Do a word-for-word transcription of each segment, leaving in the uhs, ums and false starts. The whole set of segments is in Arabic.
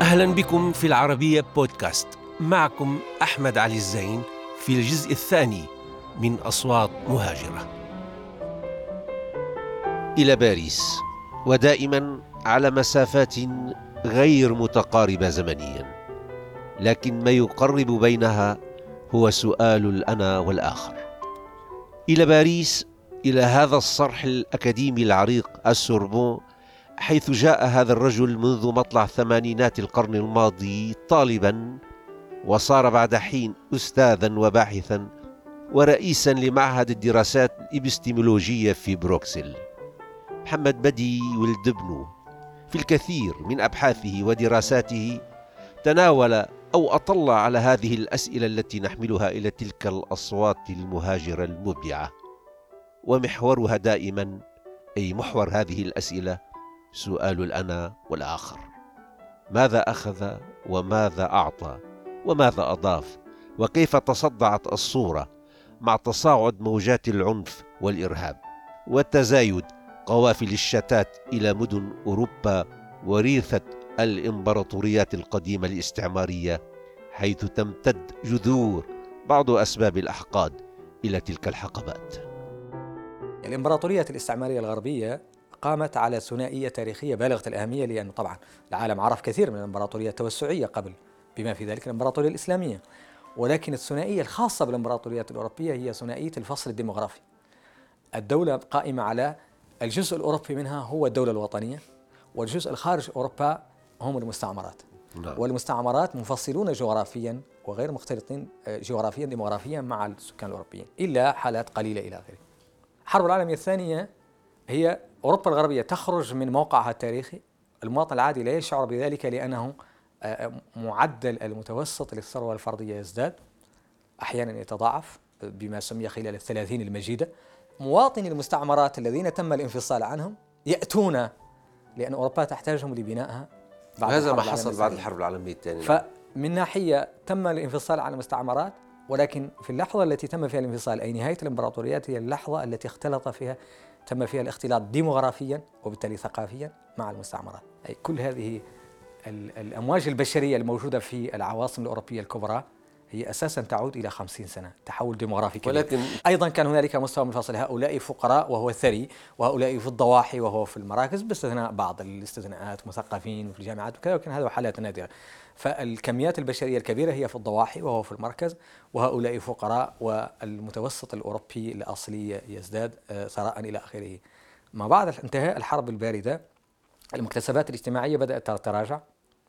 أهلا بكم في العربية بودكاست. معكم أحمد علي الزين في الجزء الثاني من أصوات مهاجرة. إلى باريس، ودائما على مسافات غير متقاربة زمنيا، لكن ما يقرب بينها هو سؤال الأنا والآخر. إلى باريس، إلى هذا الصرح الأكاديمي العريق السوربون، حيث جاء هذا الرجل منذ مطلع ثمانينات القرن الماضي طالبا، وصار بعد حين أستاذا وباحثا ورئيسا لمعهد الدراسات الإبستيمولوجية في بروكسل. محمد بدي ولد ابنه في الكثير من أبحاثه ودراساته تناول أو أطل على هذه الأسئلة التي نحملها إلى تلك الأصوات المهاجرة المبدعة، ومحورها دائما، أي محور هذه الأسئلة، سؤال الأنا والآخر. ماذا أخذ وماذا أعطى وماذا أضاف، وكيف تصدعت الصورة مع تصاعد موجات العنف والإرهاب وتزايد قوافل الشتات إلى مدن أوروبا وريثة الإمبراطوريات القديمة الاستعمارية، حيث تمتد جذور بعض أسباب الأحقاد إلى تلك الحقبات. الإمبراطوريات الاستعمارية الغربية قامت على ثنائية تاريخية بالغة الأهمية، لأنه طبعا العالم عرف كثير من الإمبراطوريات التوسعية قبل، بما في ذلك الإمبراطورية الإسلامية، ولكن الثنائية الخاصة بالإمبراطوريات الأوروبية هي ثنائية الفصل الديمغرافي. الدولة قائمة على الجزء الأوروبي منها هو الدولة الوطنية، والجزء الخارج أوروبا هم المستعمرات. نعم. والمستعمرات منفصلون جغرافيا وغير مختلطين جغرافيا ديمغرافيا مع السكان الأوروبيين، إلا حالات قليلة إلى آخره. الحرب العالمية الثانية هي أوروبا الغربية تخرج من موقعها التاريخي، المواطن العادي لا يشعر بذلك لأنه معدل المتوسط للثروة الفردية يزداد، أحيانا يتضاعف بما سمي خلال الثلاثين المجيدة. مواطني المستعمرات الذين تم الانفصال عنهم يأتون لأن أوروبا تحتاجهم لبنائها بعد هذا ما حصل بعد الحرب العالمية الثانية. فمن ناحية تم الانفصال عن المستعمرات، ولكن في اللحظة التي تم فيها الانفصال أي نهاية الإمبراطوريات هي اللحظة التي اختلط فيها تم فيها الاختلاط ديمغرافيا وبالتالي ثقافيا مع المستعمرات. أي كل هذه الأمواج البشرية الموجودة في العواصم الأوروبية الكبرى هي أساسا تعود إلى خمسين سنة تحول ديمغرافي كبير. ولكن أيضا كان هنالك مستوى منفصل، هؤلاء فقراء وهو الثري، وهؤلاء في الضواحي وهو في المراكز، باستثناء بعض الاستثناءات مثقفين وفي الجامعات وكذا، ولكن هذا حالات نادرة. فالكميات البشرية الكبيرة هي في الضواحي وهو في المركز، وهؤلاء فقراء، والمتوسط الأوروبي الأصلي يزداد ثراء إلى آخره. ما بعد انتهاء الحرب الباردة المكتسبات الاجتماعية بدأت تتراجع،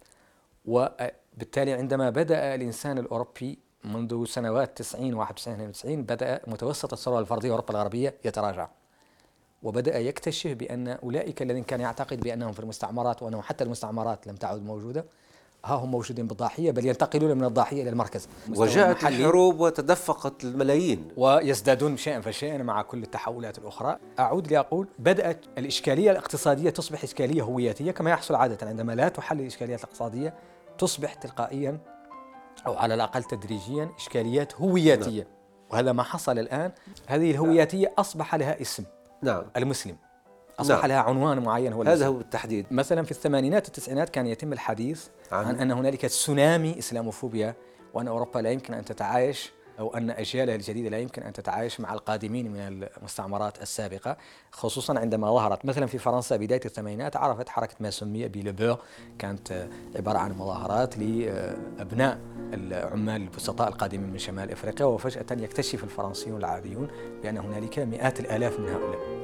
وبالتالي عندما بدأ الإنسان الأوروبي منذ سنوات تسعين واحد وتسعين اثنين وتسعين بدأ متوسط الثروة الفردية أوروبا الغربية يتراجع، وبدأ يكتشف بأن أولئك الذين كان يعتقد بأنهم في المستعمرات وأنهم حتى المستعمرات لم تعد موجودة، ها هم موجودين بالضاحية، بل ينتقلون من الضاحية إلى المركز. وجاءت الحروب وتدفقت الملايين ويزدادون شيئا فشيئا مع كل التحولات الأخرى. أعود لأقول بدأت الإشكالية الاقتصادية تصبح إشكالية هوياتية، كما يحصل عادة عندما لا تحل الإشكاليات الاقتصادية تصبح تلقائيا أو على الأقل تدريجيا إشكاليات هوياتية. نعم. وهذا ما حصل الآن. هذه الهوياتية أصبح لها اسم. نعم. المسلم أصبح نعم. لها عنوان معين هو هذا هو التحديد. مثلا في الثمانينات التسعينات كان يتم الحديث عن, عن أن هنالك تسونامي إسلاموفوبيا، وأن أوروبا لا يمكن أن تتعايش، أو أن أجيالها الجديدة لا يمكن أن تتعايش مع القادمين من المستعمرات السابقة، خصوصا عندما ظهرت مثلا في فرنسا بداية الثمانينات عرفت حركة ما سمي بلبور، كانت عبارة عن مظاهرات لأبناء العمال البسطاء القادمين من شمال أفريقيا، وفجأة يكتشف الفرنسيون العاديون بأن هنالك مئات الآلاف من هؤلاء.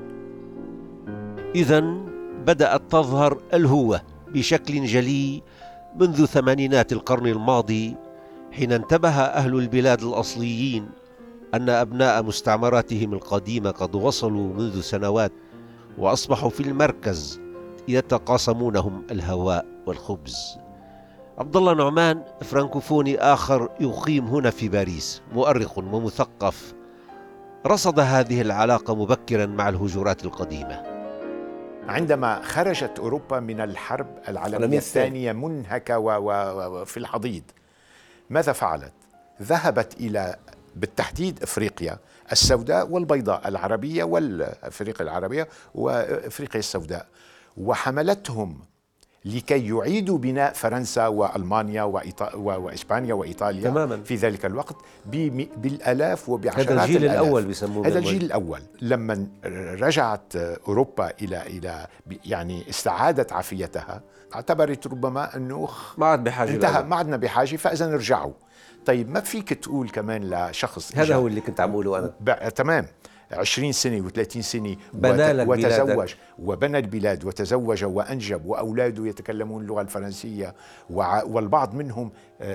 إذن بدأت تظهر الهوة بشكل جلي منذ ثمانينات القرن الماضي، حين انتبه أهل البلاد الأصليين أن أبناء مستعمراتهم القديمة قد وصلوا منذ سنوات وأصبحوا في المركز يتقاسمونهم الهواء والخبز. عبد الله نعمان فرانكوفوني آخر يقيم هنا في باريس، مؤرخ ومثقف، رصد هذه العلاقة مبكرا مع الهجرات القديمة. عندما خرجت أوروبا من الحرب العالمية الثانية منهكة وفي الحضيض، ماذا فعلت؟ ذهبت إلى بالتحديد أفريقيا السوداء والبيضاء، العربية والأفريقيا العربية وأفريقيا السوداء، وحملتهم لكي يعيدوا بناء فرنسا وألمانيا وإيطا... وإسبانيا وإيطاليا تماما. في ذلك الوقت بالآلاف وبعشرات هذا الجيل الآلاف. الأول بيسموه. هذا الجيل الأول لما رجعت أوروبا إلى إلى يعني استعادت عافيتها، اعتبرت ربما أنه ما عاد بحاجة، انتهى، ما عدنا بحاجة، فإذا رجعوا. طيب ما فيك تقول كمان لشخص هذا هو اللي كنت عم أقوله أنا. ب... تمام، عشرين سنة وثلاثين سنة بنى وت... وتزوج وبنى البلاد وتزوج وأنجب وأولاده يتكلمون اللغة الفرنسية، وع... والبعض منهم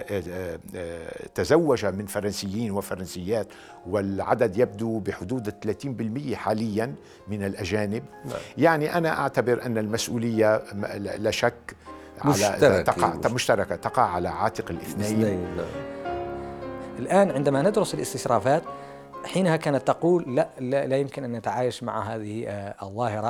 تزوج من فرنسيين وفرنسيات، والعدد يبدو بحدود ثلاثين بالمئة حاليا من الأجانب. نعم. يعني أنا أعتبر أن المسؤولية لا شك على تقع مشتركة تقع على عاتق الاثنين. نعم. الآن عندما ندرس الاستشرافات حينها كانت تقول لا, لا, لا يمكن أن نتعايش مع هذه الظاهرة،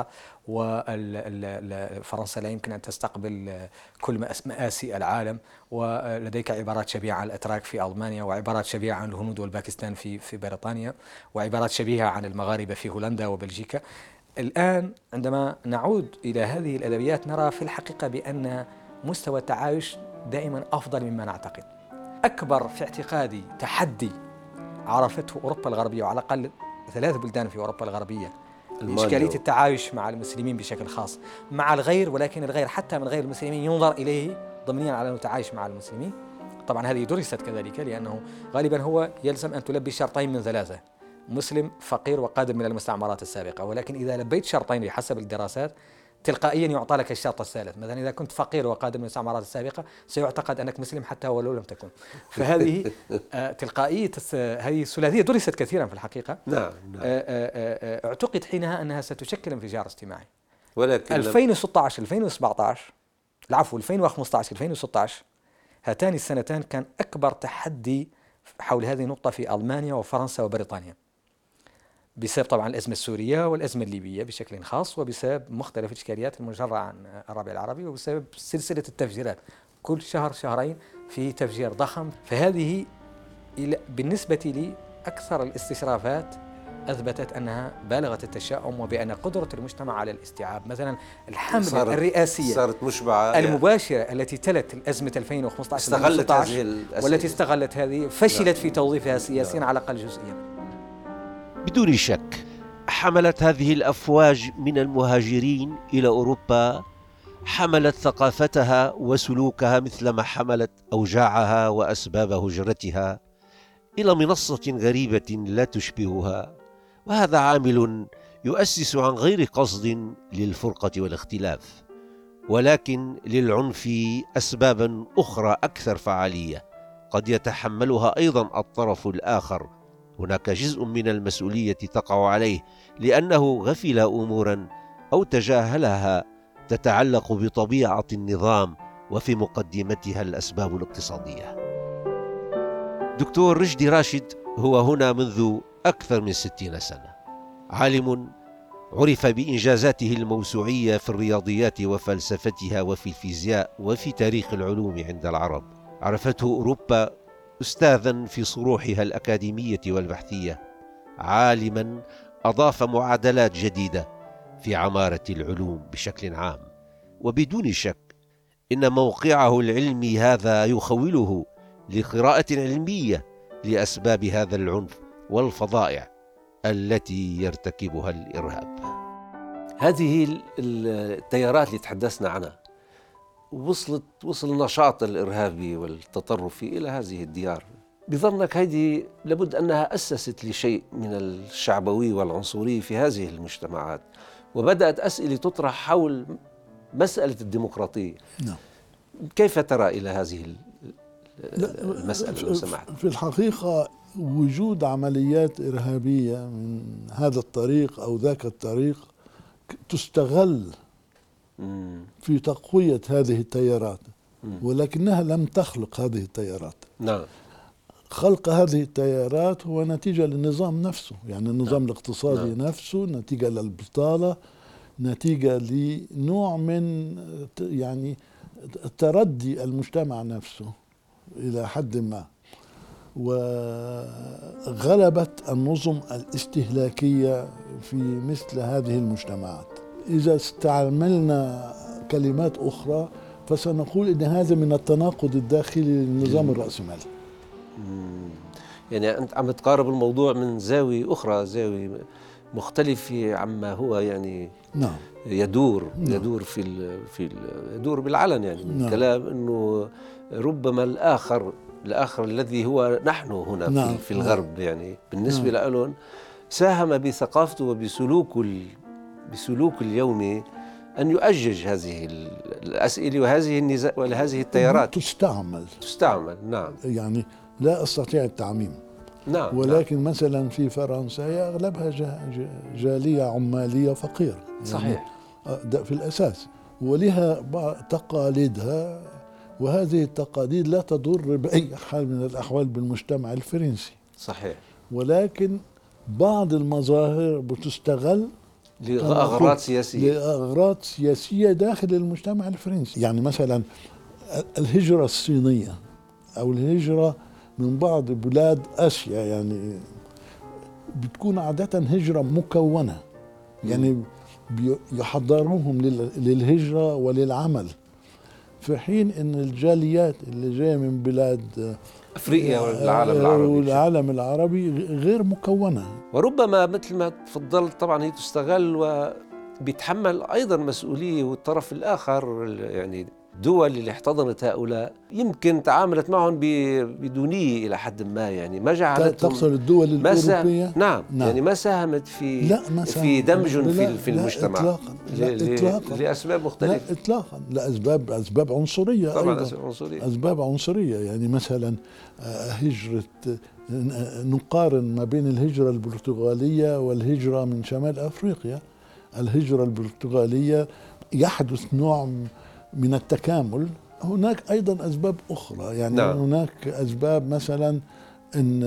وفرنسا لا يمكن أن تستقبل كل مآسي العالم، ولديك عبارات شبيهة عن الأتراك في ألمانيا، وعبارات شبيهة عن الهنود والباكستان في في بريطانيا، وعبارات شبيهة عن المغاربة في هولندا وبلجيكا. الآن عندما نعود إلى هذه الأدبيات نرى في الحقيقة بأن مستوى التعايش دائما أفضل مما نعتقد. أكبر في اعتقادي تحدي عرفته أوروبا الغربية، وعلى الأقل ثلاث بلدان في أوروبا الغربية، إشكالية التعايش مع المسلمين بشكل خاص، مع الغير، ولكن الغير حتى من غير المسلمين ينظر إليه ضمنيا على أنه تعايش مع المسلمين. طبعا هذه درست كذلك، لأنه غالبا هو يلزم أن تلبي شرطين من ثلاثة: مسلم، فقير، وقادم من المستعمرات السابقة. ولكن إذا لبيت شرطين بحسب الدراسات تلقائيا يعطى لك الشرط الثالث. مثلا إذا كنت فقير وقادم من المستعمرات السابقة سيعتقد أنك مسلم حتى ولو لم تكن. فهذه آه تلقائية هذه الثلاثية درست كثيرا في الحقيقة. نعم. نعم. آه آه اعتقد حينها أنها ستشكل انفجار اجتماعي. ولكن ألفين وستة عشر ألفين وسبعة عشر العفو ألفين وخمسة عشر ألفين وستة عشر هاتان السنتان كان أكبر تحدي حول هذه النقطة في ألمانيا وفرنسا وبريطانيا، بسبب طبعا الأزمة السورية والأزمة الليبية بشكل خاص، وبسبب مختلف الإشكاليات المجرة عن الربيع العربي، وبسبب سلسلة التفجيرات كل شهر شهرين في تفجير ضخم. فهذه بالنسبة لي أكثر الاستشرافات أثبتت أنها بالغة التشاؤم، وبأن قدرة المجتمع على الاستيعاب مثلا الحملة الرئاسية صارت مشبعة المباشرة يعني التي تلت الأزمة ألفين وخمسة عشر استغلت هذه والتي استغلت هذه فشلت في توظيفها سياسيا على الأقل جزئيا. بدون شك حملت هذه الأفواج من المهاجرين إلى أوروبا، حملت ثقافتها وسلوكها مثلما حملت أوجاعها وأسباب هجرتها إلى منصة غريبة لا تشبهها، وهذا عامل يؤسس عن غير قصد للفرقة والاختلاف، ولكن للعنف أسبابا أخرى أكثر فعالية قد يتحملها أيضا الطرف الآخر. هناك جزء من المسؤولية تقع عليه لأنه غفل أمورا أو تجاهلها تتعلق بطبيعة النظام، وفي مقدمتها الأسباب الاقتصادية. دكتور رشدي راشد هو هنا منذ أكثر من ستين سنة، عالم عرف بإنجازاته الموسوعية في الرياضيات وفلسفتها وفي الفيزياء وفي تاريخ العلوم عند العرب. عرفته أوروبا أستاذا في صروحها الأكاديمية والبحثية، عالما أضاف معادلات جديدة في عمارة العلوم بشكل عام. وبدون شك إن موقعه العلمي هذا يخوله لقراءة علمية لأسباب هذا العنف والفظائع التي يرتكبها الإرهاب. هذه التيارات اللي تحدثنا عنها وصلت وصل النشاط الإرهابي والتطرفي إلى هذه الديار. بظنك هذه لابد أنها أسست لشيء من الشعبوي والعنصري في هذه المجتمعات، وبدأت أسئلة تطرح حول مسألة الديمقراطية. نعم. كيف ترى إلى هذه المسألة لو سمحت؟ في الحقيقة وجود عمليات إرهابية من هذا الطريق أو ذاك الطريق تستغل في تقوية هذه التيارات، ولكنها لم تخلق هذه التيارات. نعم. خلق هذه التيارات هو نتيجة للنظام نفسه، يعني النظام نعم. الاقتصادي نعم. نفسه، نتيجة للبطالة، نتيجة لنوع من يعني تردي المجتمع نفسه إلى حد ما، وغلبت النظم الاستهلاكية في مثل هذه المجتمعات. إذا استعملنا كلمات أخرى فسنقول ان هذا من التناقض الداخلي للنظام الرأسمالي. يعني أنت عم تقارب الموضوع من زاوية أخرى، زاوية مختلفة عما هو يعني نعم يدور نعم. يدور في ال في ال يدور بالعلن، يعني من نعم. كلام انه ربما الاخر الاخر الذي هو نحن هنا نعم. في, في الغرب، يعني بالنسبه نعم. لهم ساهم بثقافته وبسلوكه بسلوكه اليومي ان يؤجج هذه الاسئله وهذه النزاع وهذه التيارات. تستعمل تستعمل نعم. يعني لا استطيع التعميم. نعم. ولكن نعم. مثلا في فرنسا هي اغلبها جاليه عماليه فقيره، يعني صحيح. ده في الاساس، ولها تقاليدها، وهذه التقاليد لا تضر باي حال من الاحوال بالمجتمع الفرنسي. صحيح. ولكن بعض المظاهر بتستغل لأغراض سياسية لأغراض سياسية داخل المجتمع الفرنسي. يعني مثلا الهجرة الصينية أو الهجرة من بعض بلاد آسيا يعني بتكون عادة هجرة مكونة، يعني يحضروهم للهجرة وللعمل، في حين أن الجاليات اللي جاية من بلاد أفريقيا والعالم العربي والعالم العربي غير مكونة. وربما مثل ما تفضلت طبعا هي تستغل وبيتحمل أيضا مسؤولية، والطرف الآخر يعني الدول اللي احتضنت هؤلاء يمكن تعاملت معهم بدونية إلى حد ما، يعني ما جعلتهم تقصد الدول الأوروبية؟ نعم. نعم يعني ما ساهمت في لا ما في دمج في, لا في لا المجتمع إطلاقا لا إطلاقا لأسباب مختلفة. لا إطلاقا لأسباب أسباب عنصرية طبعا أيضا. أسباب عنصرية أسباب عنصرية يعني مثلا هجرة، نقارن ما بين الهجرة البرتغالية والهجرة من شمال أفريقيا. الهجرة البرتغالية يحدث نوع من التكامل، هناك أيضا أسباب أخرى يعني نعم. هناك أسباب مثلا أن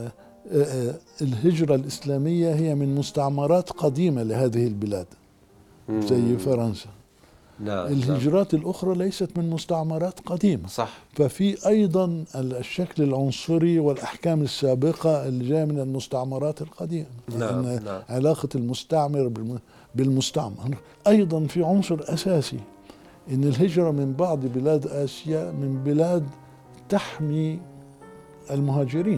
الهجرة الإسلامية هي من مستعمرات قديمة لهذه البلاد زي فرنسا. نعم. الهجرات نعم. الأخرى ليست من مستعمرات قديمة، صح. ففي أيضا الشكل العنصري والأحكام السابقة اللي جاية من المستعمرات القديمة. نعم. يعني نعم. علاقة المستعمر بالمستعمر. أيضا في عنصر أساسي إن الهجرة من بعض بلاد آسيا من بلاد تحمي المهاجرين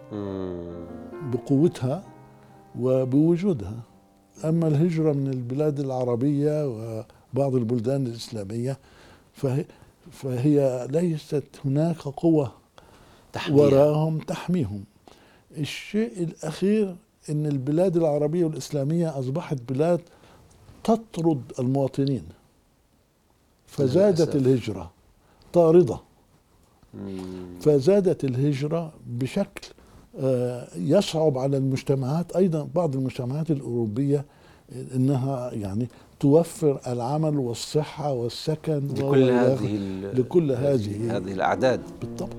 بقوتها وبوجودها، أما الهجرة من البلاد العربية وبعض البلدان الإسلامية فهي, فهي ليست هناك قوة وراهم تحميهم. الشيء الأخير إن البلاد العربية والإسلامية أصبحت بلاد تطرد المواطنين، فزادت الهجرة طاردة، فزادت الهجرة بشكل يصعب على المجتمعات أيضا بعض المجتمعات الأوروبية إنها يعني توفر العمل والصحة والسكن لكل هذه لكل هذه هذه الأعداد. بالطبع.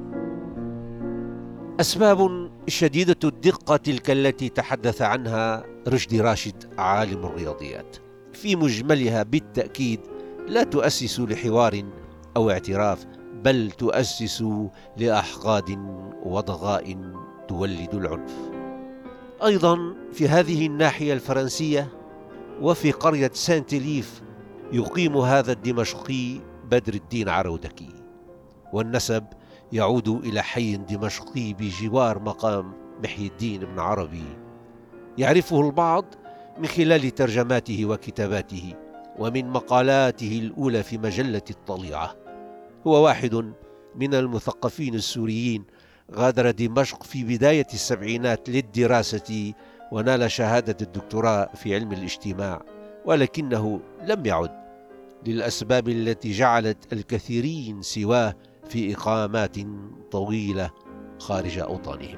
أسباب شديدة الدقة تلك التي تحدث عنها رشدي راشد عالم الرياضيات في مجملها بالتأكيد لا تؤسس لحوار أو اعتراف، بل تؤسس لأحقاد وضغاء تولد العنف. أيضا في هذه الناحية الفرنسية وفي قرية سانتليف يقيم هذا الدمشقي بدر الدين عرودكي، والنسب يعود إلى حي دمشقي بجوار مقام محي الدين بن عربي يعرفه البعض من خلال ترجماته وكتاباته ومن مقالاته الأولى في مجلة الطليعة. هو واحد من المثقفين السوريين غادر دمشق في بداية السبعينات للدراسة ونال شهادة الدكتوراه في علم الاجتماع، ولكنه لم يعد للأسباب التي جعلت الكثيرين سواه في إقامات طويلة خارج أوطانهم.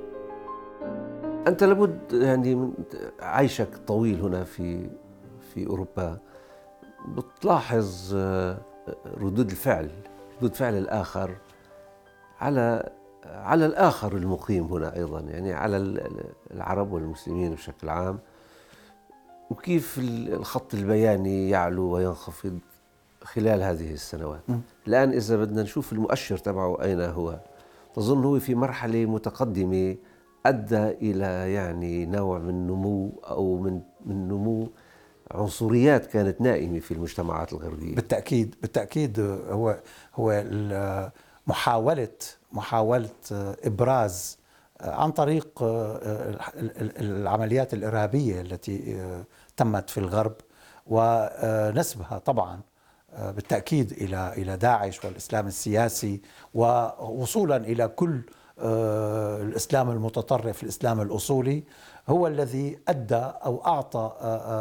أنت لابد يعني من عيشك طويل هنا في في أوروبا بتلاحظ ردود الفعل ردود فعل الآخر على على الآخر المقيم هنا أيضا، يعني على العرب والمسلمين بشكل عام، وكيف الخط البياني يعلو وينخفض خلال هذه السنوات. الآن إذا بدنا نشوف المؤشر تبعه أين هو، تظن هو في مرحلة متقدمة أدى إلى يعني نوع من نمو أو من من نمو عنصريات كانت نائمة في المجتمعات الغربية. بالتأكيد بالتأكيد هو هو محاولة محاولة إبراز عن طريق العمليات الإرهابية التي تمت في الغرب، ونسبها طبعا بالتأكيد إلى إلى داعش والإسلام السياسي، ووصولا إلى كل الإسلام المتطرف، الإسلام الأصولي، هو الذي أدى أو أعطى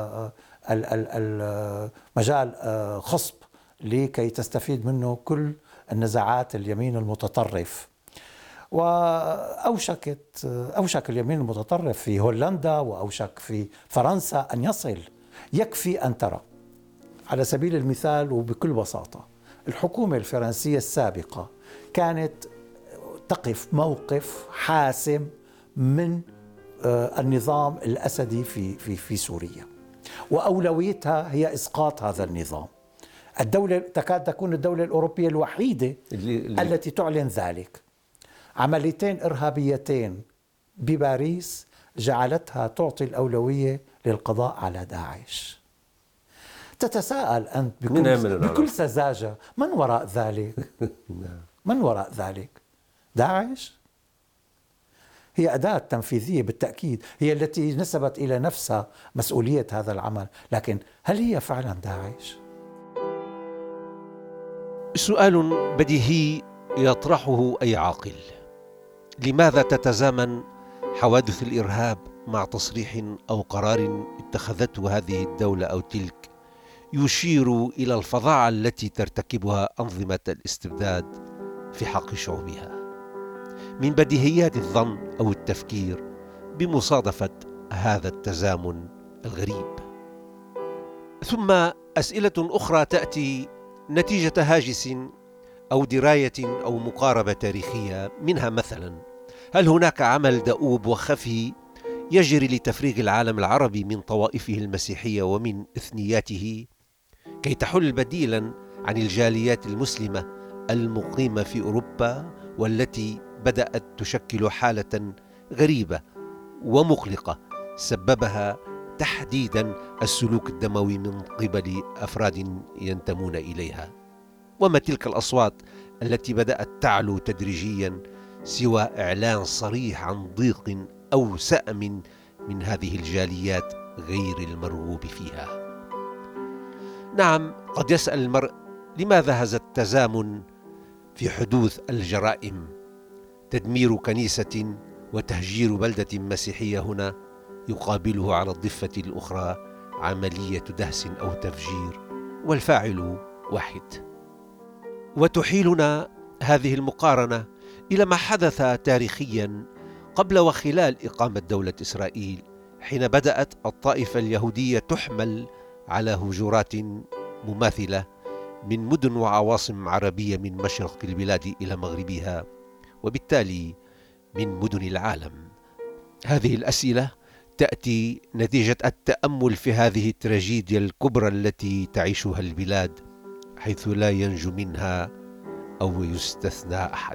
المجال خصب لكي تستفيد منه كل النزاعات اليمين المتطرف. وأوشكت أوشك اليمين المتطرف في هولندا وأوشك في فرنسا أن يصل. يكفي أن ترى على سبيل المثال وبكل بساطة، الحكومة الفرنسية السابقة كانت تقف موقف حاسم من النظام الأسدي في في في سوريا، وأولويتها هي إسقاط هذا النظام. الدولة تكاد تكون الدولة الأوروبية الوحيدة اللي اللي التي تعلن ذلك. عمليتين إرهابيتين بباريس جعلتها تعطي الأولوية للقضاء على داعش. تتساءل أنت بكل, بكل سذاجة، من وراء ذلك؟ من وراء ذلك؟ داعش؟ هي أداة تنفيذية بالتأكيد، هي التي نسبت إلى نفسها مسؤولية هذا العمل، لكن هل هي فعلا داعش؟ سؤال بديهي يطرحه أي عاقل: لماذا تتزامن حوادث الإرهاب مع تصريح أو قرار اتخذته هذه الدولة أو تلك يشير إلى الفظاعة التي ترتكبها أنظمة الاستبداد في حق شعوبها؟ من بديهيات الظن أو التفكير بمصادفة هذا التزامن الغريب. ثم أسئلة أخرى تأتي نتيجة هاجس أو دراية أو مقاربة تاريخية، منها مثلا: هل هناك عمل دؤوب وخفي يجري لتفريغ العالم العربي من طوائفه المسيحية ومن إثنياته كي تحل بديلا عن الجاليات المسلمة المقيمة في أوروبا، والتي بدأت تشكل حالة غريبة ومقلقة سببها تحديدا السلوك الدموي من قبل أفراد ينتمون إليها؟ وما تلك الأصوات التي بدأت تعلو تدريجيا سوى إعلان صريح عن ضيق أو سأم من هذه الجاليات غير المرغوب فيها؟ نعم، قد يسأل المرء: لماذا هذا التزامن في حدوث الجرائم؟ تدمير كنيسة وتهجير بلدة مسيحية هنا يقابله على الضفة الأخرى عملية دهس أو تفجير، والفاعل واحد. وتحيلنا هذه المقارنة إلى ما حدث تاريخيا قبل وخلال إقامة دولة إسرائيل، حين بدأت الطائفة اليهودية تحمل على هجرات مماثلة من مدن وعواصم عربية من مشرق البلاد إلى مغربها، وبالتالي من مدن العالم. هذه الأسئلة تأتي نتيجة التأمل في هذه التراجيديا الكبرى التي تعيشها البلاد، حيث لا ينجو منها أو يستثنى أحد.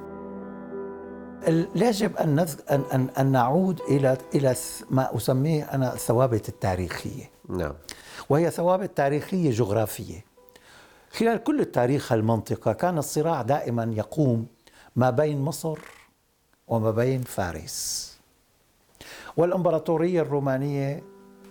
يجب أن أن أن أن نعود إلى إلى ما أسميه أنا الثوابت التاريخية. نعم. وهي ثوابت تاريخية جغرافية. خلال كل التاريخ المنطقة كان الصراع دائما يقوم ما بين مصر وما بين فارس، والإمبراطورية الرومانية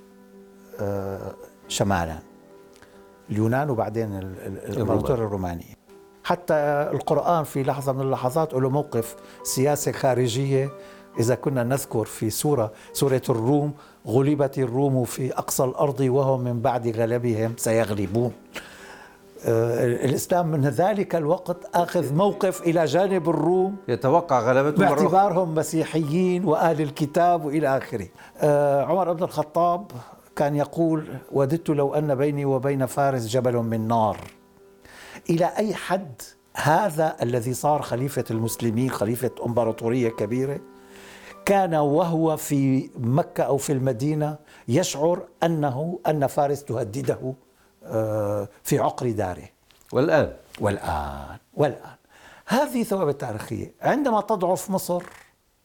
شمالا، اليونان وبعدين الإمبراطورية الرومانية. حتى القرآن في لحظة من اللحظات له موقف سياسة خارجية. إذا كنا نذكر في سورة سورة الروم: غلبت الروم في أقصى الأرض وهم من بعد غلبهم سيغلبون. الإسلام من ذلك الوقت أخذ موقف إلى جانب الروم، يتوقع غلبتهم باعتبارهم مسيحيين وأهل الكتاب وإلى آخره. عمر بن الخطاب كان يقول: وددت لو أن بيني وبين فارس جبل من نار. إلى أي حد هذا الذي صار خليفة المسلمين، خليفة إمبراطورية كبيرة، كان وهو في مكة أو في المدينة يشعر أنه أن فارس تهدده في عقر داره. والآن والآن والآن هذه ثوابت تاريخية. عندما تضعف مصر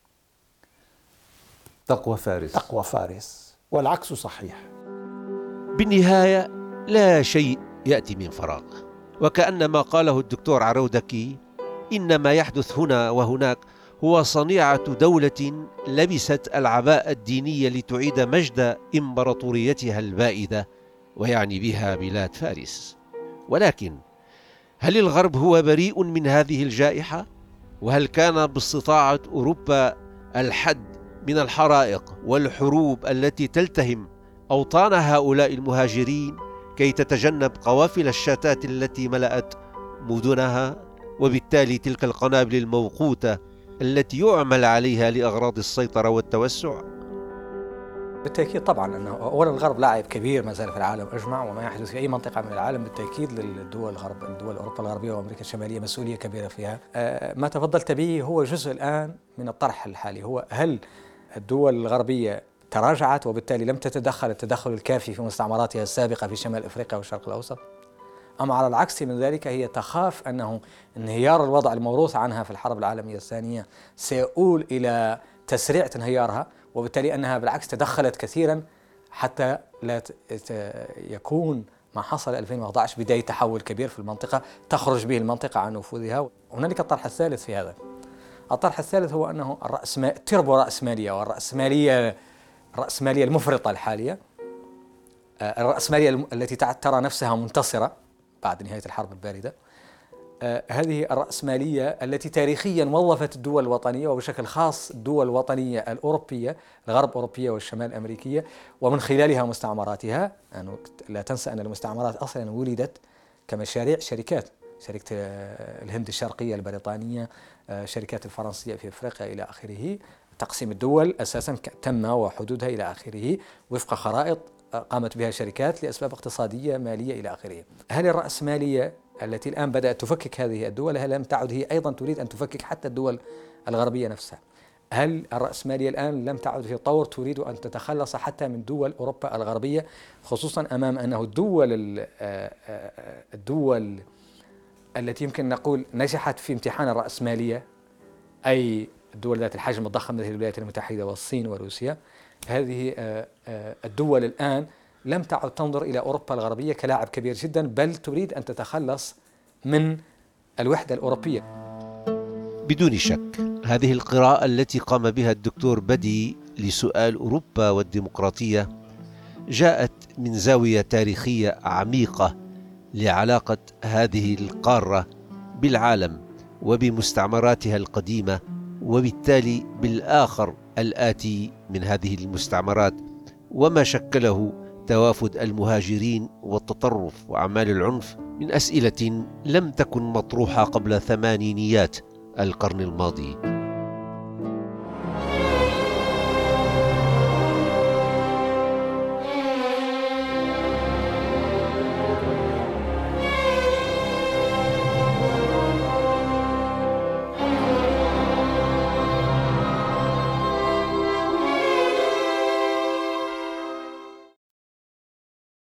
تقوى فارس تقوى فارس، والعكس صحيح. بالنهاية لا شيء يأتي من فراغ، وكأن ما قاله الدكتور عرودكي إن ما يحدث هنا وهناك هو صنيعة دولة لبست العباءة الدينية لتعيد مجد إمبراطوريتها البائدة، ويعني بها بلاد فارس. ولكن هل الغرب هو بريء من هذه الجائحة؟ وهل كان باستطاعة أوروبا الحد من الحرائق والحروب التي تلتهم أوطان هؤلاء المهاجرين كي تتجنب قوافل الشتات التي ملأت مدنها، وبالتالي تلك القنابل الموقوتة التي يعمل عليها لأغراض السيطرة والتوسع؟ بالتأكيد طبعا أنه أولا الغرب لاعب كبير ما زال في العالم أجمع، وما يحدث في أي منطقة من العالم بالتأكيد للدول الغرب الدول أوروبا الغربية وأمريكا الشمالية مسؤولية كبيرة فيها. ما تفضلت به هو جزء الآن من الطرح الحالي، هو هل الدول الغربية تراجعت وبالتالي لم تتدخل التدخل الكافي في مستعمراتها السابقة في شمال أفريقيا والشرق الأوسط، أم على العكس من ذلك هي تخاف أنه انهيار الوضع الموروث عنها في الحرب العالمية الثانية سيؤول إلى تسريع انهيارها، وبالتالي أنها بالعكس تدخلت كثيرا حتى لا يكون ما حصل ألفين وأحد عشر بداية تحول كبير في المنطقة تخرج به المنطقة عن نفوذها. وهنالك الطرح الثالث في هذا. الطرح الثالث هو أنه الرأسمالية التربو رأسمالية والرأسمالية الرأسمالية المفرطة الحالية، الرأسمالية التي ترى نفسها منتصرة بعد نهاية الحرب الباردة، هذه الرأسمالية التي تاريخيا وظفت الدول الوطنية وبشكل خاص الدول الوطنية الأوروبية الغرب أوروبية والشمال الأمريكية ومن خلالها مستعمراتها. يعني لا تنسى أن المستعمرات أصلا ولدت كمشاريع شركات، شركة الهند الشرقية البريطانية، شركات الفرنسية في أفريقيا إلى آخره. تقسيم الدول أساسا تم وحدودها إلى آخره وفق خرائط قامت بها شركات لأسباب اقتصادية مالية إلى آخره. هل الرأسمالية التي الآن بدأت تفكك هذه الدول هل لم تعد هي أيضا تريد أن تفكك حتى الدول الغربية نفسها؟ هل الرأسمالية الآن لم تعد في طور تريد أن تتخلص حتى من دول أوروبا الغربية، خصوصا أمام أنه الدول الدول التي يمكن نقول نجحت في امتحان الرأسمالية، أي الدول ذات الحجم الضخم مثل الولايات المتحدة والصين وروسيا، هذه الدول الآن لم تعد تنظر إلى أوروبا الغربية كلاعب كبير جدا، بل تريد أن تتخلص من الوحدة الأوروبية. بدون شك هذه القراءة التي قام بها الدكتور بدي لسؤال أوروبا والديمقراطية جاءت من زاوية تاريخية عميقة لعلاقة هذه القارة بالعالم وبمستعمراتها القديمة، وبالتالي بالآخر الآتي من هذه المستعمرات، وما شكله توافد المهاجرين والتطرف وأعمال العنف من أسئلة لم تكن مطروحة قبل ثمانينيات القرن الماضي.